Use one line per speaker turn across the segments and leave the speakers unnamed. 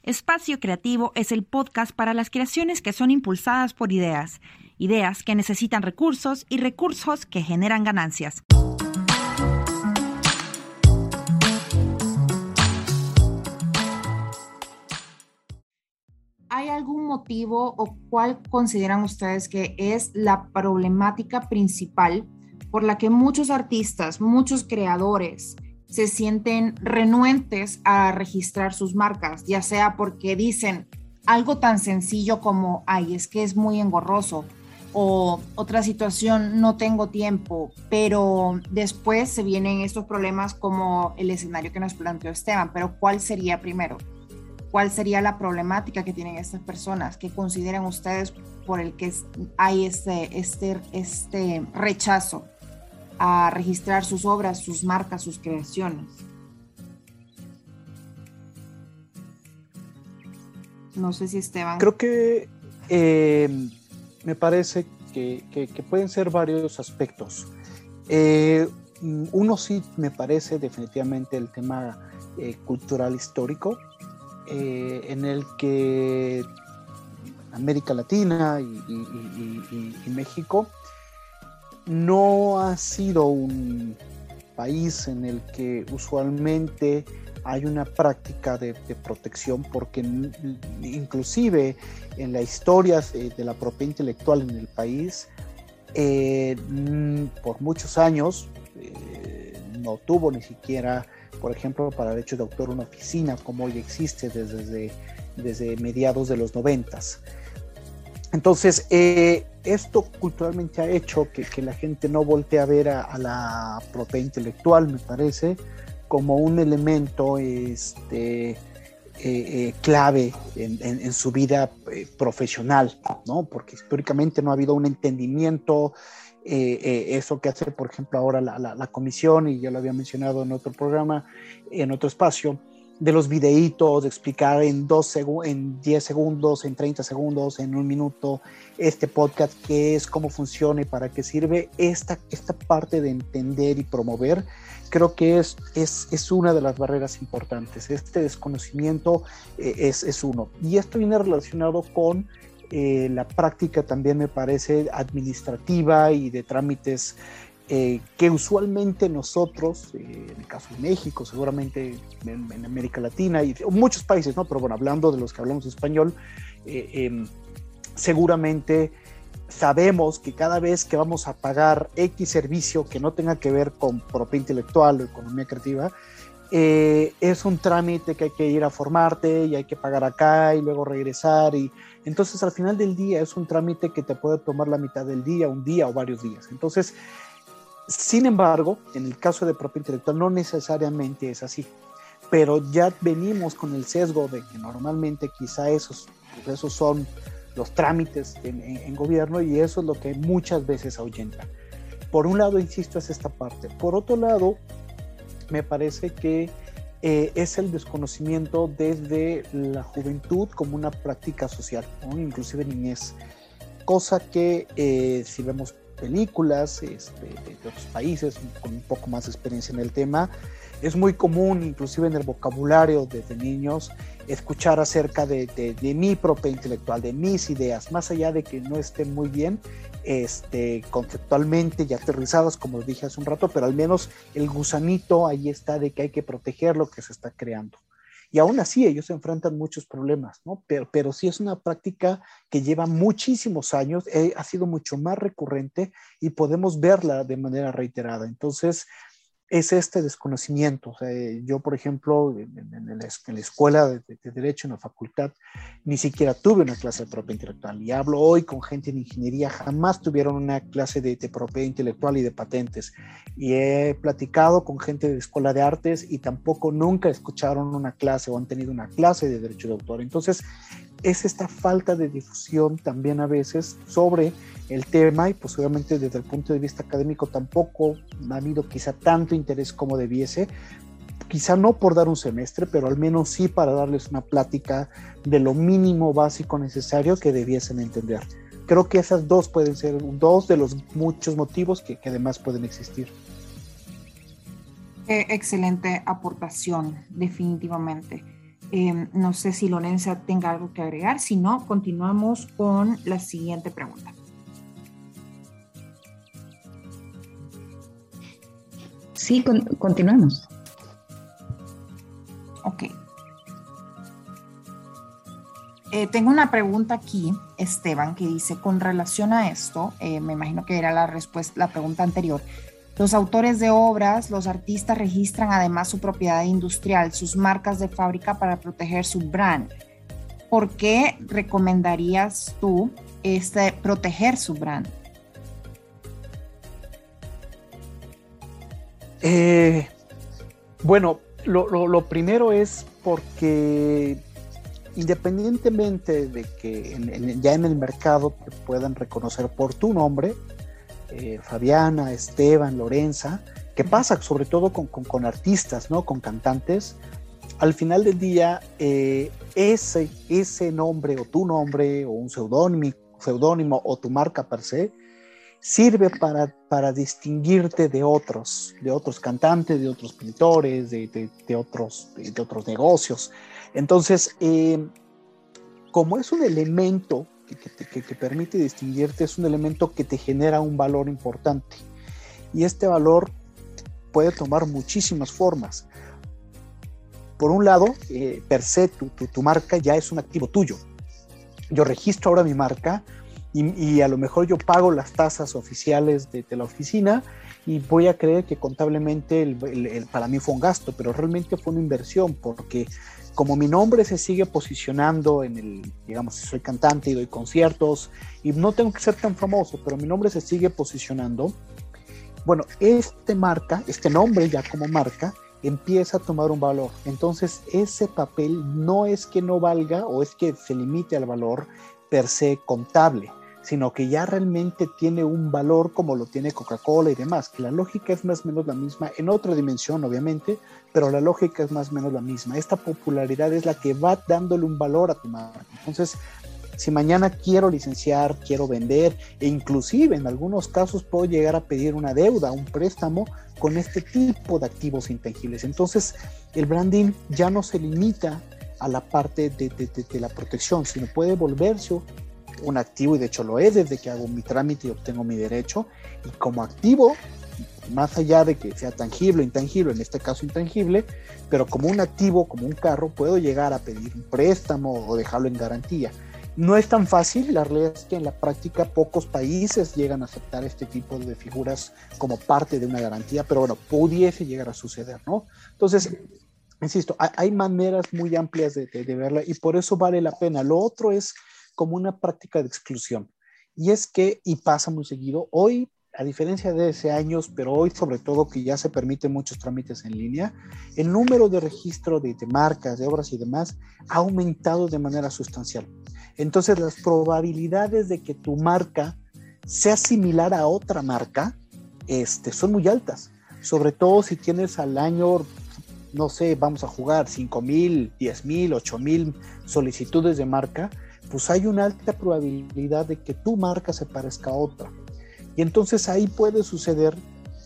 Espacio Creativo es el podcast para las creaciones que son impulsadas por ideas, ideas que necesitan recursos y recursos que generan ganancias.
¿Hay algún motivo o cuál consideran ustedes que es la problemática principal por la que muchos artistas, muchos creadores se sienten renuentes a registrar sus marcas, ya sea porque dicen algo tan sencillo como, ay, es que es muy engorroso, o otra situación, no tengo tiempo, pero después se vienen estos problemas como el escenario que nos planteó Esteban, pero ¿cuál sería primero? ¿Cuál sería la problemática que tienen estas personas? ¿Qué consideran ustedes por el que hay este rechazo a registrar sus obras, sus marcas, sus creaciones? No sé si Esteban.
Creo que me parece que pueden ser varios aspectos. Uno sí me parece definitivamente el tema cultural histórico, en el que América Latina y México no ha sido un país en el que usualmente hay una práctica de protección, porque inclusive en la historia de la propiedad intelectual en el país, por muchos años no tuvo ni siquiera, por ejemplo, para derechos de autor, una oficina como hoy existe desde mediados de los 90s. Entonces, esto culturalmente ha hecho que la gente no voltee a ver a la propiedad intelectual, me parece, como un elemento clave en su vida profesional, ¿no? Porque históricamente no ha habido un entendimiento, eso que hace, por ejemplo, ahora la comisión, y ya lo había mencionado en otro programa, en otro espacio, de los videitos, de explicar en 10 segundos, en 30 segundos, en un minuto, este podcast, qué es, cómo funciona y para qué sirve. Esta parte de entender y promover, creo que es una de las barreras importantes. Este desconocimiento es uno. Y esto viene relacionado con la práctica también, me parece, administrativa y de trámites que usualmente nosotros, en el caso de México, seguramente en América Latina y muchos países, ¿no? Pero bueno, hablando de los que hablamos español, seguramente sabemos que cada vez que vamos a pagar X servicio que no tenga que ver con propiedad intelectual o economía creativa, es un trámite que hay que ir a formarte y hay que pagar acá y luego regresar, y entonces al final del día es un trámite que te puede tomar la mitad del día, un día o varios días. Entonces, sin embargo, en el caso de propiedad intelectual no necesariamente es así, pero ya venimos con el sesgo de que normalmente quizá esos son los trámites en gobierno, y eso es lo que muchas veces ahuyenta. Por un lado, insisto, es esta parte. Por otro lado, me parece que es el desconocimiento desde la juventud como una práctica social, ¿no? Inclusive niñez, cosa que si vemos películas de otros países con un poco más de experiencia en el tema, es muy común, inclusive en el vocabulario desde niños, escuchar acerca de mi propiedad intelectual, de mis ideas, más allá de que no estén muy bien conceptualmente y aterrizadas, como lo dije hace un rato, pero al menos el gusanito ahí está de que hay que proteger lo que se está creando. Y aún así ellos enfrentan muchos problemas, ¿no? Pero sí es una práctica que lleva muchísimos años, ha sido mucho más recurrente y podemos verla de manera reiterada. Entonces, es este desconocimiento. O sea, yo, por ejemplo, en la escuela de Derecho, en la facultad, ni siquiera tuve una clase de propiedad intelectual. Y hablo hoy con gente de ingeniería, jamás tuvieron una clase de propiedad intelectual y de patentes. Y he platicado con gente de escuela de artes y tampoco nunca escucharon una clase o han tenido una clase de derecho de autor. Entonces, es esta falta de difusión también a veces sobre el tema, y pues obviamente desde el punto de vista académico tampoco ha habido quizá tanto interés como debiese, quizá no por dar un semestre, pero al menos sí para darles una plática de lo mínimo básico necesario que debiesen entender. Creo que esas dos pueden ser dos de los muchos motivos que además pueden existir.
Excelente aportación, definitivamente. No sé si Lorenza tenga algo que agregar, si no, continuamos con la siguiente pregunta.
Sí, continuamos.
Ok. Tengo una pregunta aquí, Esteban, que dice, con relación a esto, me imagino que era la pregunta anterior. Los autores de obras, los artistas registran además su propiedad industrial, sus marcas de fábrica para proteger su brand. ¿Por qué recomendarías tú proteger su brand?
Bueno, lo primero es porque independientemente de que ya en el mercado te puedan reconocer por tu nombre, Fabiana, Esteban, Lorenza, que pasa sobre todo con artistas, ¿no? Con cantantes, al final del día ese nombre o tu nombre o un seudónimo o tu marca per se sirve para distinguirte de otros cantantes, de otros pintores, de otros negocios. Entonces, como es un elemento que permite distinguirte, es un elemento que te genera un valor importante. Y este valor puede tomar muchísimas formas. Por un lado, per se, tu marca ya es un activo tuyo. Yo registro ahora mi marca y a lo mejor yo pago las tasas oficiales de la oficina y voy a creer que contablemente para mí fue un gasto, pero realmente fue una inversión, porque como mi nombre se sigue posicionando digamos, si soy cantante y doy conciertos, y no tengo que ser tan famoso, pero mi nombre se sigue posicionando, bueno, este nombre ya como marca, empieza a tomar un valor. Entonces, ese papel no es que no valga o es que se limite al valor per se contable, sino que ya realmente tiene un valor como lo tiene Coca-Cola y demás, que la lógica es más o menos la misma, en otra dimensión obviamente, pero la lógica es más o menos la misma. Esta popularidad es la que va dándole un valor a tu marca. Entonces, si mañana quiero licenciar, quiero vender, e inclusive en algunos casos puedo llegar a pedir una deuda, un préstamo con este tipo de activos intangibles. Entonces, el branding ya no se limita a la parte de la protección, sino puede volverse un activo, y de hecho lo es desde que hago mi trámite y obtengo mi derecho, y como activo, más allá de que sea tangible o intangible, en este caso intangible, pero como un activo, como un carro, puedo llegar a pedir un préstamo o dejarlo en garantía. No es tan fácil, la realidad es que en la práctica pocos países llegan a aceptar este tipo de figuras como parte de una garantía, pero bueno, pudiese llegar a suceder, ¿no? Entonces, insisto, hay maneras muy amplias de verla y por eso vale la pena. Lo otro es como una práctica de exclusión. Y es que, y pasa muy seguido, hoy, a diferencia de hace años, pero hoy sobre todo que ya se permiten muchos trámites en línea, el número de registro de marcas, de obras y demás ha aumentado de manera sustancial. Entonces, las probabilidades de que tu marca sea similar a otra marca son muy altas. Sobre todo si tienes al año, no sé, vamos a jugar 5,000, 10,000, 8,000 solicitudes de marca, pues hay una alta probabilidad de que tu marca se parezca a otra. Y entonces ahí puede suceder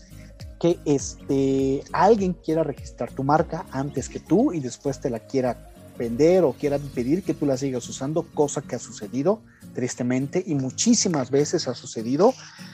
que alguien quiera registrar tu marca antes que tú y después te la quiera vender o quiera pedir que tú la sigas usando, cosa que ha sucedido tristemente y muchísimas veces ha sucedido,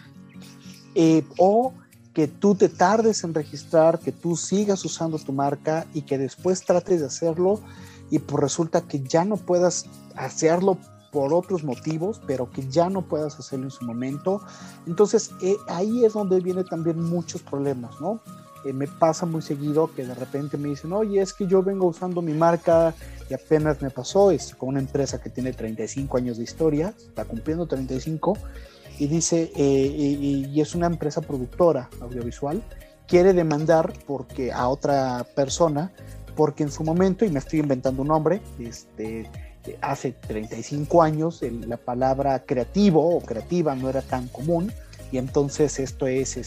o que tú te tardes en registrar, que tú sigas usando tu marca y que después trates de hacerlo y pues resulta que ya no puedas hacerlo por otros motivos, pero que ya no puedas hacerlo en su momento. Entonces ahí es donde vienen también muchos problemas, ¿no? Me pasa muy seguido que de repente me dicen, oye, es que yo vengo usando mi marca y apenas me pasó, es con una empresa que tiene 35 años de historia, está cumpliendo 35, y dice, y es una empresa productora audiovisual, quiere demandar a otra persona, porque en su momento, y me estoy inventando un nombre, hace 35 años la palabra creativo o creativa no era tan común, y entonces esto es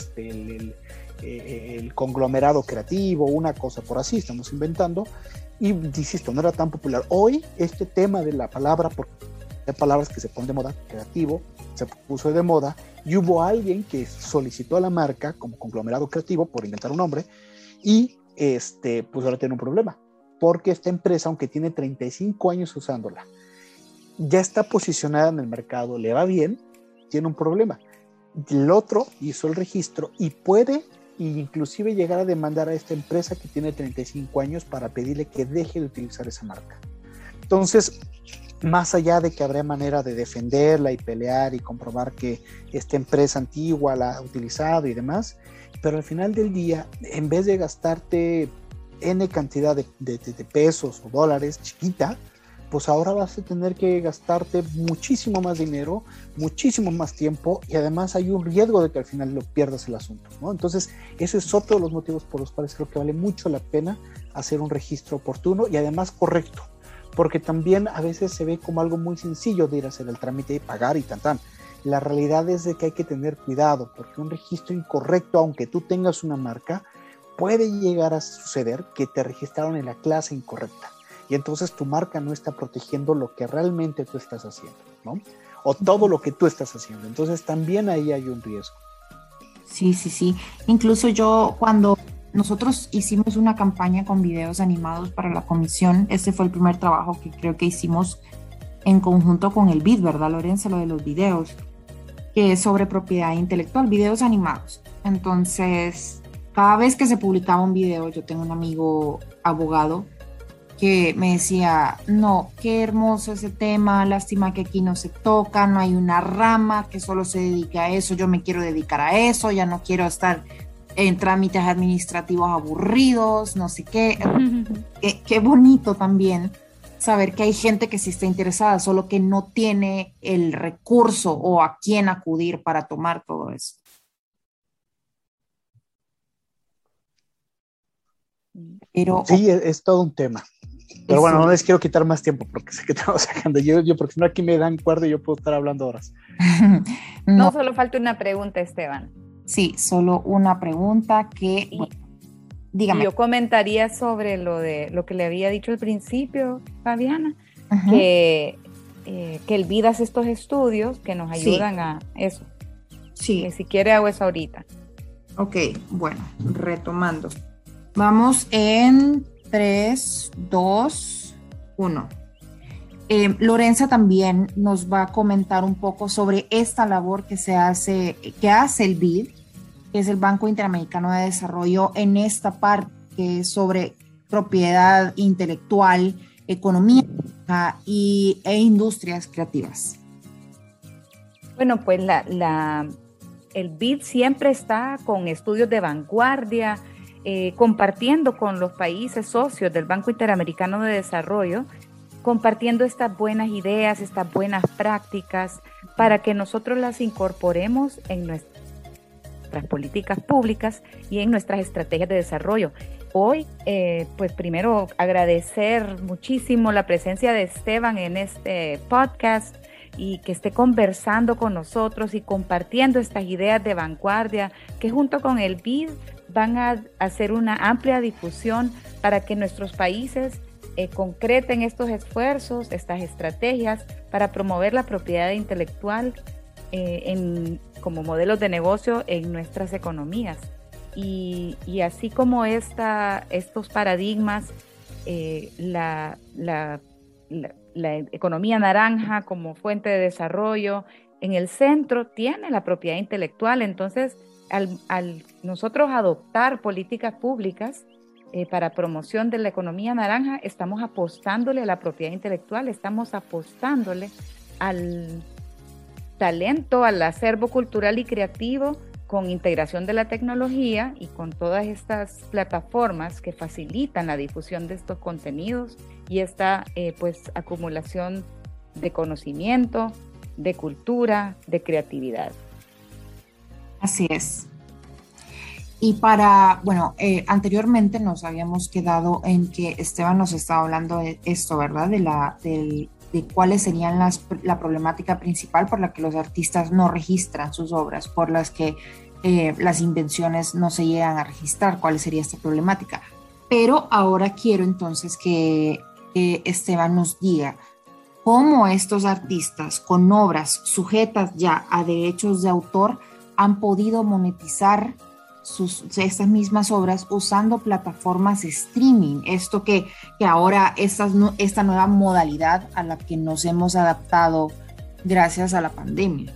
el conglomerado creativo, una cosa por así, estamos inventando, y insisto, no era tan popular. Hoy este tema de la palabra, porque hay palabras que se ponen de moda, creativo, se puso de moda, y hubo alguien que solicitó a la marca como conglomerado creativo, por inventar un nombre, y pues ahora tiene un problema, porque esta empresa, aunque tiene 35 años usándola, ya está posicionada en el mercado, le va bien, tiene un problema. El otro hizo el registro y puede inclusive llegar a demandar a esta empresa que tiene 35 años para pedirle que deje de utilizar esa marca. Entonces, más allá de que habría manera de defenderla y pelear y comprobar que esta empresa antigua la ha utilizado y demás, pero al final del día, en vez de gastarte N cantidad de pesos o dólares chiquita, pues ahora vas a tener que gastarte muchísimo más dinero, muchísimo más tiempo, y además hay un riesgo de que al final lo pierdas el asunto, ¿no? Entonces, ese es otro de los motivos por los cuales creo que vale mucho la pena hacer un registro oportuno y además correcto, porque también a veces se ve como algo muy sencillo de ir a hacer el trámite y pagar y tan. La realidad es de que hay que tener cuidado, porque un registro incorrecto, aunque tú tengas una marca, puede llegar a suceder que te registraron en la clase incorrecta. Y entonces tu marca no está protegiendo lo que realmente tú estás haciendo, ¿no? O todo lo que tú estás haciendo. Entonces también ahí hay un riesgo.
Sí. Incluso yo, cuando nosotros hicimos una campaña con videos animados para la comisión, este fue el primer trabajo que creo que hicimos en conjunto con el BID, ¿verdad, Lorenza? Lo de los videos, que es sobre propiedad intelectual, videos animados. Entonces, cada vez que se publicaba un video, yo tengo un amigo abogado que me decía, no, qué hermoso ese tema, lástima que aquí no se toca, no hay una rama que solo se dedique a eso, yo me quiero dedicar a eso, ya no quiero estar en trámites administrativos aburridos, no sé qué. Qué bonito también saber que hay gente que sí está interesada, solo que no tiene el recurso o a quién acudir para tomar todo eso. Pero,
sí, es todo un tema. Pero bueno, no les quiero quitar más tiempo porque sé que estamos sacando. Yo porque si no aquí me dan cuerda y yo puedo estar hablando horas.
No, solo falta una pregunta, Esteban.
Sí, solo una pregunta que, bueno, dígame.
Yo comentaría sobre lo que le había dicho al principio, Fabiana, que el BID hace estos estudios que nos ayudan a eso.
Sí.
Que si quiere hago eso ahorita.
Ok, bueno, retomando. Vamos en 3, 2, 1. Lorenza también nos va a comentar un poco sobre esta labor que hace el BID, que es el Banco Interamericano de Desarrollo, en esta parte que es sobre propiedad intelectual, economía e industrias creativas.
Bueno, pues el BID siempre está con estudios de vanguardia, compartiendo con los países socios del Banco Interamericano de Desarrollo, compartiendo estas buenas ideas, estas buenas prácticas, para que nosotros las incorporemos en nuestras políticas públicas y en nuestras estrategias de desarrollo. Hoy, pues primero agradecer muchísimo la presencia de Esteban en este podcast y que esté conversando con nosotros y compartiendo estas ideas de vanguardia que junto con el BID van a hacer una amplia difusión para que nuestros países concreten estos esfuerzos, estas estrategias para promover la propiedad intelectual como modelos de negocio en nuestras economías. Y así como estos paradigmas, la economía naranja como fuente de desarrollo, en el centro tiene la propiedad intelectual. Entonces, al nosotros adoptar políticas públicas para promoción de la economía naranja, estamos apostándole a la propiedad intelectual, estamos apostándole al talento, al acervo cultural y creativo, con integración de la tecnología y con todas estas plataformas que facilitan la difusión de estos contenidos y esta pues acumulación de conocimiento, de cultura, de creatividad.
Del Así es. Y anteriormente nos habíamos quedado en que Esteban nos estaba hablando de esto, ¿verdad? De cuáles serían la problemática principal por la que los artistas no registran sus obras, por las que las invenciones no se llegan a registrar, cuál sería esta problemática. Pero ahora quiero entonces que Esteban nos diga cómo estos artistas con obras sujetas ya a derechos de autor han podido monetizar estas mismas obras usando plataformas streaming, esto que ahora esta nueva modalidad a la que nos hemos adaptado gracias a la pandemia?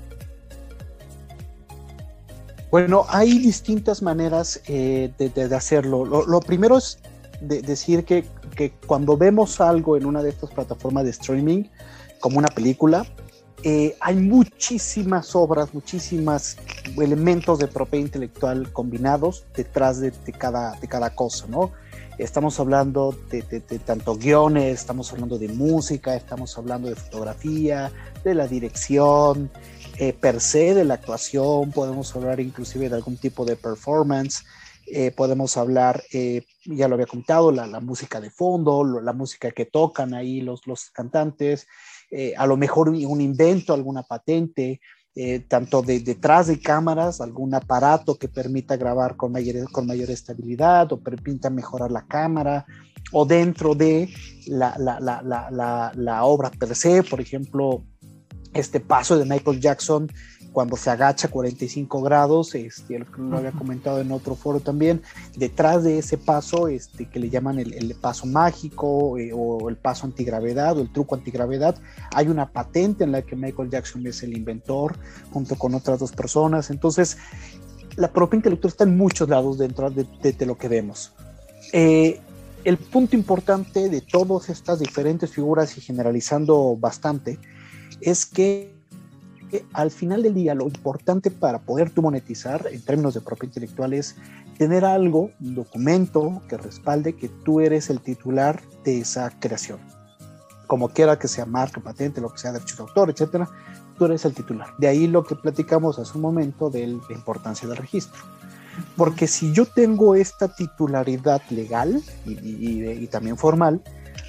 Bueno, hay distintas maneras de hacerlo. Lo primero es decir que cuando vemos algo en una de estas plataformas de streaming, como una película, hay muchísimas obras, muchísimos elementos de propiedad intelectual combinados detrás de cada cosa, ¿no? Estamos hablando de tanto guiones, estamos hablando de música, estamos hablando de fotografía, de la dirección, per se de la actuación, podemos hablar inclusive de algún tipo de performance, podemos hablar, ya lo había comentado, la música de fondo, la música que tocan ahí los cantantes, a lo mejor un invento, alguna patente, tanto detrás de cámaras, algún aparato que permita grabar con mayor estabilidad o permita mejorar la cámara, o dentro de la obra per se, por ejemplo, este paso de Michael Jackson cuando se agacha 45 grados, lo había comentado en otro foro también, detrás de ese paso que le llaman el paso mágico o el paso antigravedad o el truco antigravedad, hay una patente en la que Michael Jackson es el inventor junto con otras dos personas. Entonces la propiedad intelectual está en muchos lados dentro de lo que vemos. El punto importante de todas estas diferentes figuras, y generalizando bastante, es que al final del día lo importante para poder tú monetizar en términos de propiedad intelectual es tener algo, un documento que respalde que tú eres el titular de esa creación. Como quiera que sea marca, patente, lo que sea, derecho de autor, etcétera, tú eres el titular. De ahí lo que platicamos hace un momento de la importancia del registro. Porque si yo tengo esta titularidad legal y también formal,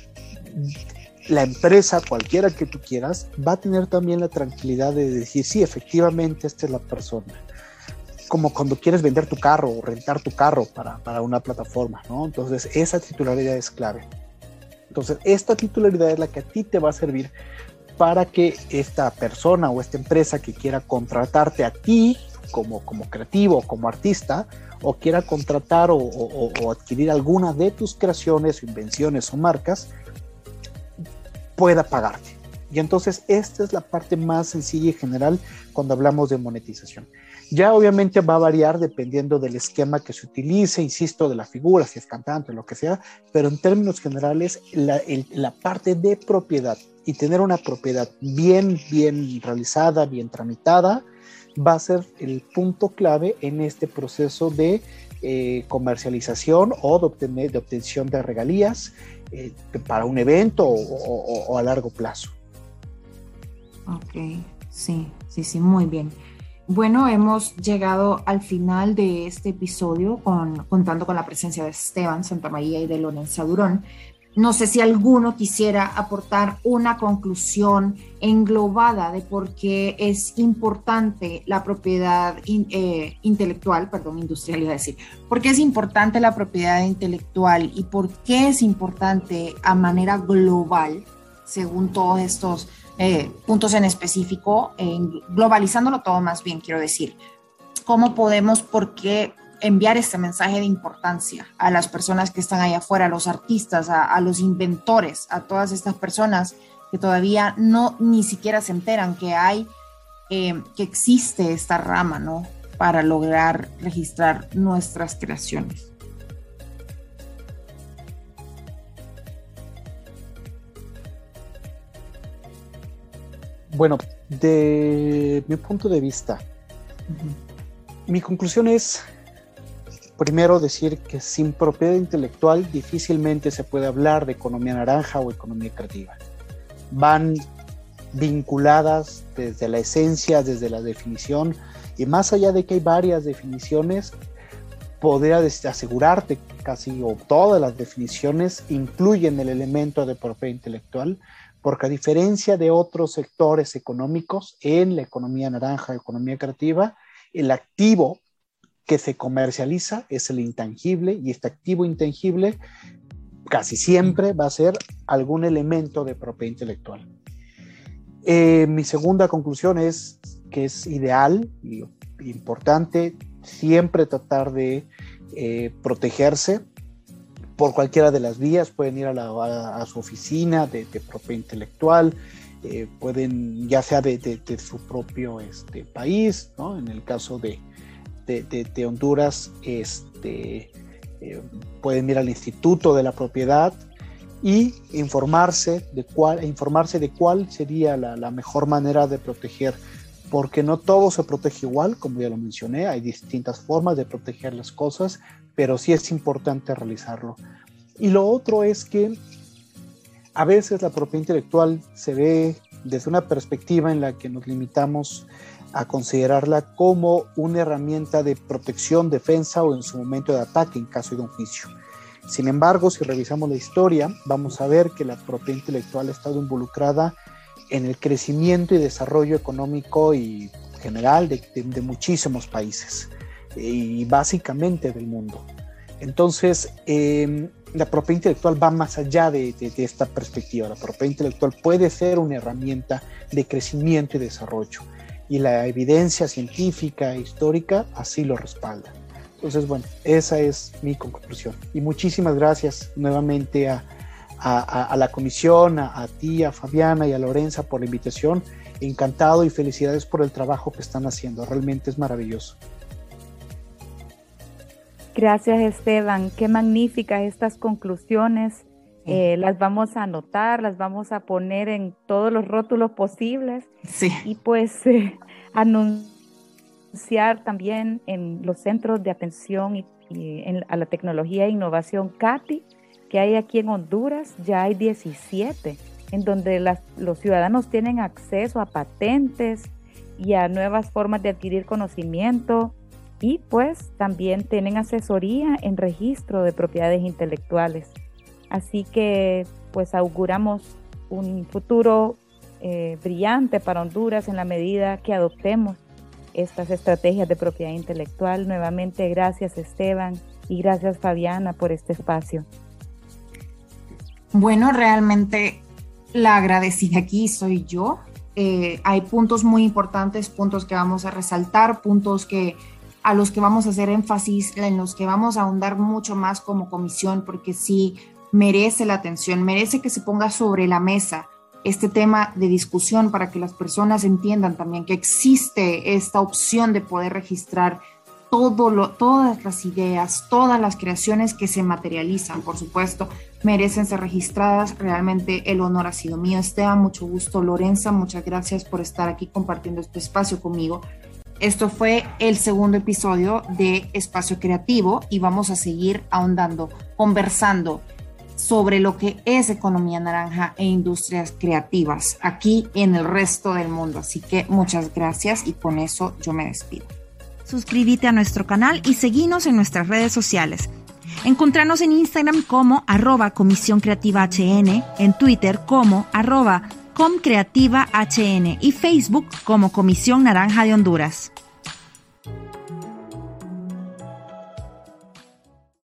la empresa, cualquiera que tú quieras, va a tener también la tranquilidad de decir, sí, efectivamente, esta es la persona. Como cuando quieres vender tu carro o rentar tu carro para una plataforma, ¿no? Entonces, esa titularidad es clave. Entonces, esta titularidad es la que a ti te va a servir para que esta persona o esta empresa que quiera contratarte a ti como creativo, como artista, o quiera contratar o adquirir alguna de tus creaciones, invenciones o marcas, pueda pagarte. Y entonces esta es la parte más sencilla y general cuando hablamos de monetización. Ya obviamente va a variar dependiendo del esquema que se utilice, insisto, de la figura, si es cantante, lo que sea, pero en términos generales la parte de propiedad y tener una propiedad bien realizada, bien tramitada, va a ser el punto clave en este proceso de comercialización o de obtención de regalías para un evento o a largo plazo.
Ok, sí, muy bien. Bueno, hemos llegado al final de este episodio contando con la presencia de Esteban Santamaría y de Lorenza Durón. No sé si alguno quisiera aportar una conclusión englobada de por qué es importante la propiedad intelectual, industrial iba a decir, por qué es importante la propiedad intelectual y por qué es importante a manera global, según todos estos puntos en específico, globalizándolo todo más bien, quiero decir, cómo podemos, por qué enviar este mensaje de importancia a las personas que están allá afuera, a los artistas, a los inventores, a todas estas personas que todavía ni siquiera se enteran que existe esta rama, ¿no? Para lograr registrar nuestras creaciones.
Bueno, de mi punto de vista, mi conclusión es, primero, decir que sin propiedad intelectual difícilmente se puede hablar de economía naranja o economía creativa. Van vinculadas desde la esencia, desde la definición, y más allá de que hay varias definiciones, podría asegurarte que casi o todas las definiciones incluyen el elemento de propiedad intelectual, porque a diferencia de otros sectores económicos, en la economía naranja, economía creativa, el activo que se comercializa es el intangible, y este activo intangible casi siempre va a ser algún elemento de propiedad intelectual. Mi segunda conclusión es que es ideal y importante siempre tratar de protegerse por cualquiera de las vías. Pueden ir a su oficina de propiedad intelectual, pueden, ya sea de su propio país, ¿no? En el caso de Honduras, pueden ir al Instituto de la Propiedad y informarse de cuál sería la mejor manera de proteger, porque no todo se protege igual, como ya lo mencioné, hay distintas formas de proteger las cosas, pero sí es importante realizarlo. Y lo otro es que a veces la propiedad intelectual se ve desde una perspectiva en la que nos limitamos a considerarla como una herramienta de protección, defensa o en su momento de ataque en caso de un juicio. Sin embargo, si revisamos la historia, vamos a ver que la propiedad intelectual ha estado involucrada en el crecimiento y desarrollo económico y general de muchísimos países y básicamente del mundo. Entonces, la propiedad intelectual va más allá de esta perspectiva. La propiedad intelectual puede ser una herramienta de crecimiento y desarrollo, y la evidencia científica e histórica así lo respalda. Entonces, bueno, esa es mi conclusión. Y muchísimas gracias nuevamente a la comisión, a ti, a Fabiana y a Lorenza por la invitación. Encantado y felicidades por el trabajo que están haciendo. Realmente es maravilloso.
Gracias, Esteban. Qué magníficas estas conclusiones. Las vamos a anotar, las vamos a poner en todos los rótulos posibles.
Sí.
Y pues anunciar también en los centros de atención a la tecnología e innovación CATI, que hay aquí en Honduras. Ya hay 17, en donde los ciudadanos tienen acceso a patentes y a nuevas formas de adquirir conocimiento, y pues también tienen asesoría en registro de propiedades intelectuales. Así que pues auguramos un futuro brillante para Honduras en la medida que adoptemos estas estrategias de propiedad intelectual. Nuevamente, gracias, Esteban, y gracias, Fabiana, por este espacio.
Bueno, realmente la agradecida aquí soy yo. Hay puntos muy importantes, puntos que vamos a resaltar, puntos a los que vamos a hacer énfasis, en los que vamos a ahondar mucho más como comisión, porque sí merece la atención, merece que se ponga sobre la mesa este tema de discusión para que las personas entiendan también que existe esta opción de poder registrar todas las ideas, todas las creaciones que se materializan, por supuesto, merecen ser registradas. Realmente el honor ha sido mío. Esteban, mucho gusto. Lorenza, muchas gracias por estar aquí compartiendo este espacio conmigo. Esto fue el segundo episodio de Espacio Creativo y vamos a seguir ahondando, conversando sobre lo que es economía naranja e industrias creativas aquí en el resto del mundo. Así que muchas gracias y con eso yo me despido.
Suscríbete a nuestro canal y seguinos en nuestras redes sociales. Encontrarnos en Instagram como @Comisión Creativa HN, en Twitter como @ComCreativaHN y Facebook como Comisión Naranja de Honduras.